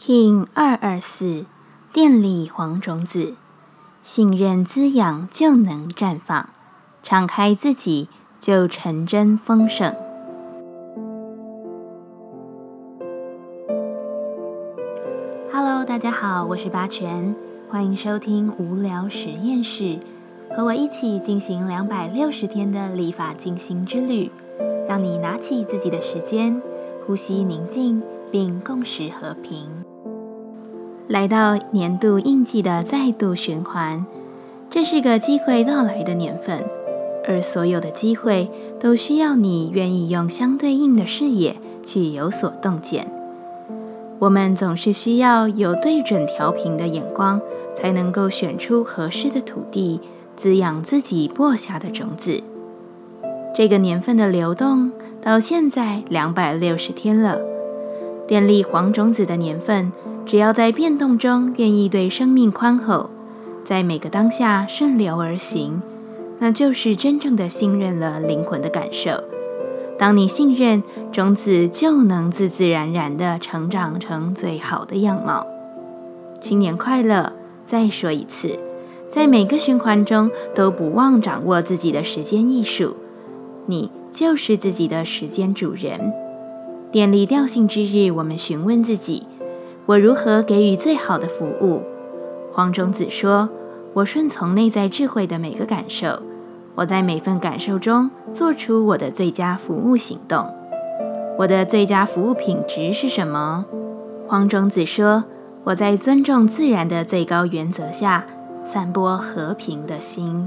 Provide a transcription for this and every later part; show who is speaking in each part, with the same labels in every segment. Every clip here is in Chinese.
Speaker 1: King 224电力黄种子，信任滋养就能绽放，敞开自己就成真丰盛。Hello， 大家好，我是八全，欢迎收听无聊实验室，和我一起进行260天的立法进行之旅，让你拿起自己的时间，呼吸宁静，并共识和平。来到年度印记的再度循环，这是个机会到来的年份，而所有的机会都需要你愿意用相对应的视野去有所洞见。我们总是需要有对准调频的眼光，才能够选出合适的土地，滋养自己播下的种子。这个年份的流动到现在260天了，电力黄种子的年份，只要在变动中愿意对生命宽厚，在每个当下顺流而行，那就是真正的信任了灵魂的感受。当你信任，种子就能自自然然地成长成最好的样貌。新年快乐！再说一次，在每个循环中都不忘掌握自己的时间艺术，你就是自己的时间主人。电力调性之日，我们询问自己，我如何给予最好的服务？黄种子说，我顺从内在智慧的每个感受，我在每份感受中做出我的最佳服务行动。我的最佳服务品质是什么？黄种子说，我在尊重自然的最高原则下，散播和平的心。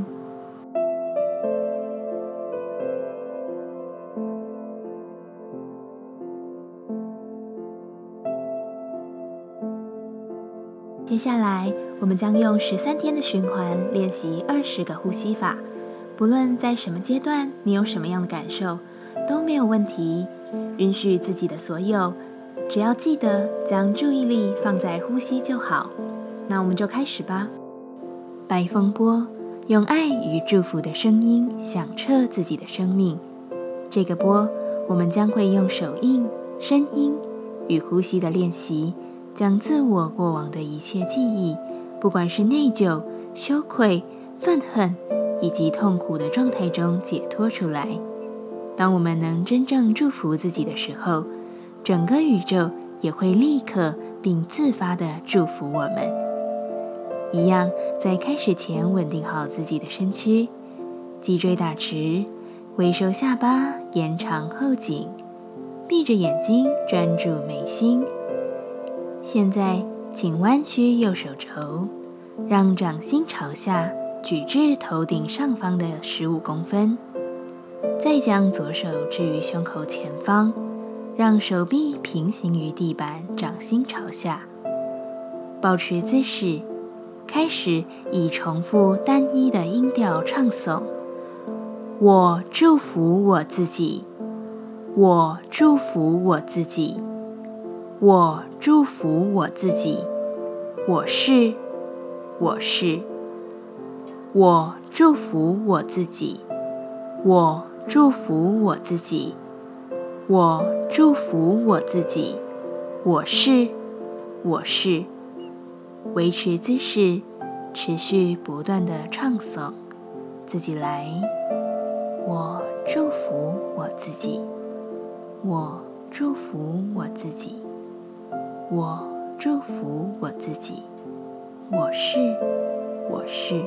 Speaker 1: 接下来，我们将用13天的循环练习20个呼吸法。不论在什么阶段，你有什么样的感受，都没有问题。允许自己的所有，只要记得将注意力放在呼吸就好。那我们就开始吧。白风波，用爱与祝福的声音响彻自己的生命。这个波，我们将会用手印、声音与呼吸的练习，将自我过往的一切记忆，不管是内疚、羞愧、愤恨以及痛苦的状态中解脱出来。当我们能真正祝福自己的时候，整个宇宙也会立刻并自发地祝福我们。一样，在开始前稳定好自己的身躯，脊椎打直，微收下巴，延长后颈，闭着眼睛专注眉心。现在，请弯曲右手肘，让掌心朝下，举至头顶上方的15公分。再将左手置于胸口前方，让手臂平行于地板，掌心朝下。保持姿势，开始以重复单一的音调唱诵：我祝福我自己，我祝福我自己，我祝福我自己，我是，我是，我祝福我自己，我祝福我自己，我祝福我自己，我是，我是。维持姿势，持续不断的唱诵，自己来。我祝福我自己，我祝福我自己，我祝福我自己，我是，我是。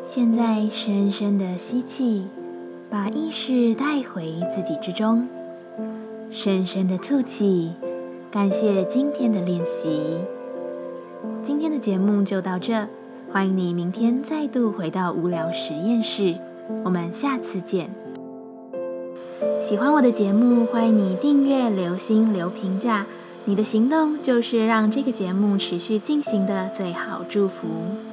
Speaker 1: 现在深深的吸气，把意识带回自己之中，深深的吐气，感谢今天的练习。今天的节目就到这，欢迎你明天再度回到无聊实验室，我们下次见。喜欢我的节目，欢迎你订阅、留心、留评价，你的行动就是让这个节目持续进行的最好祝福。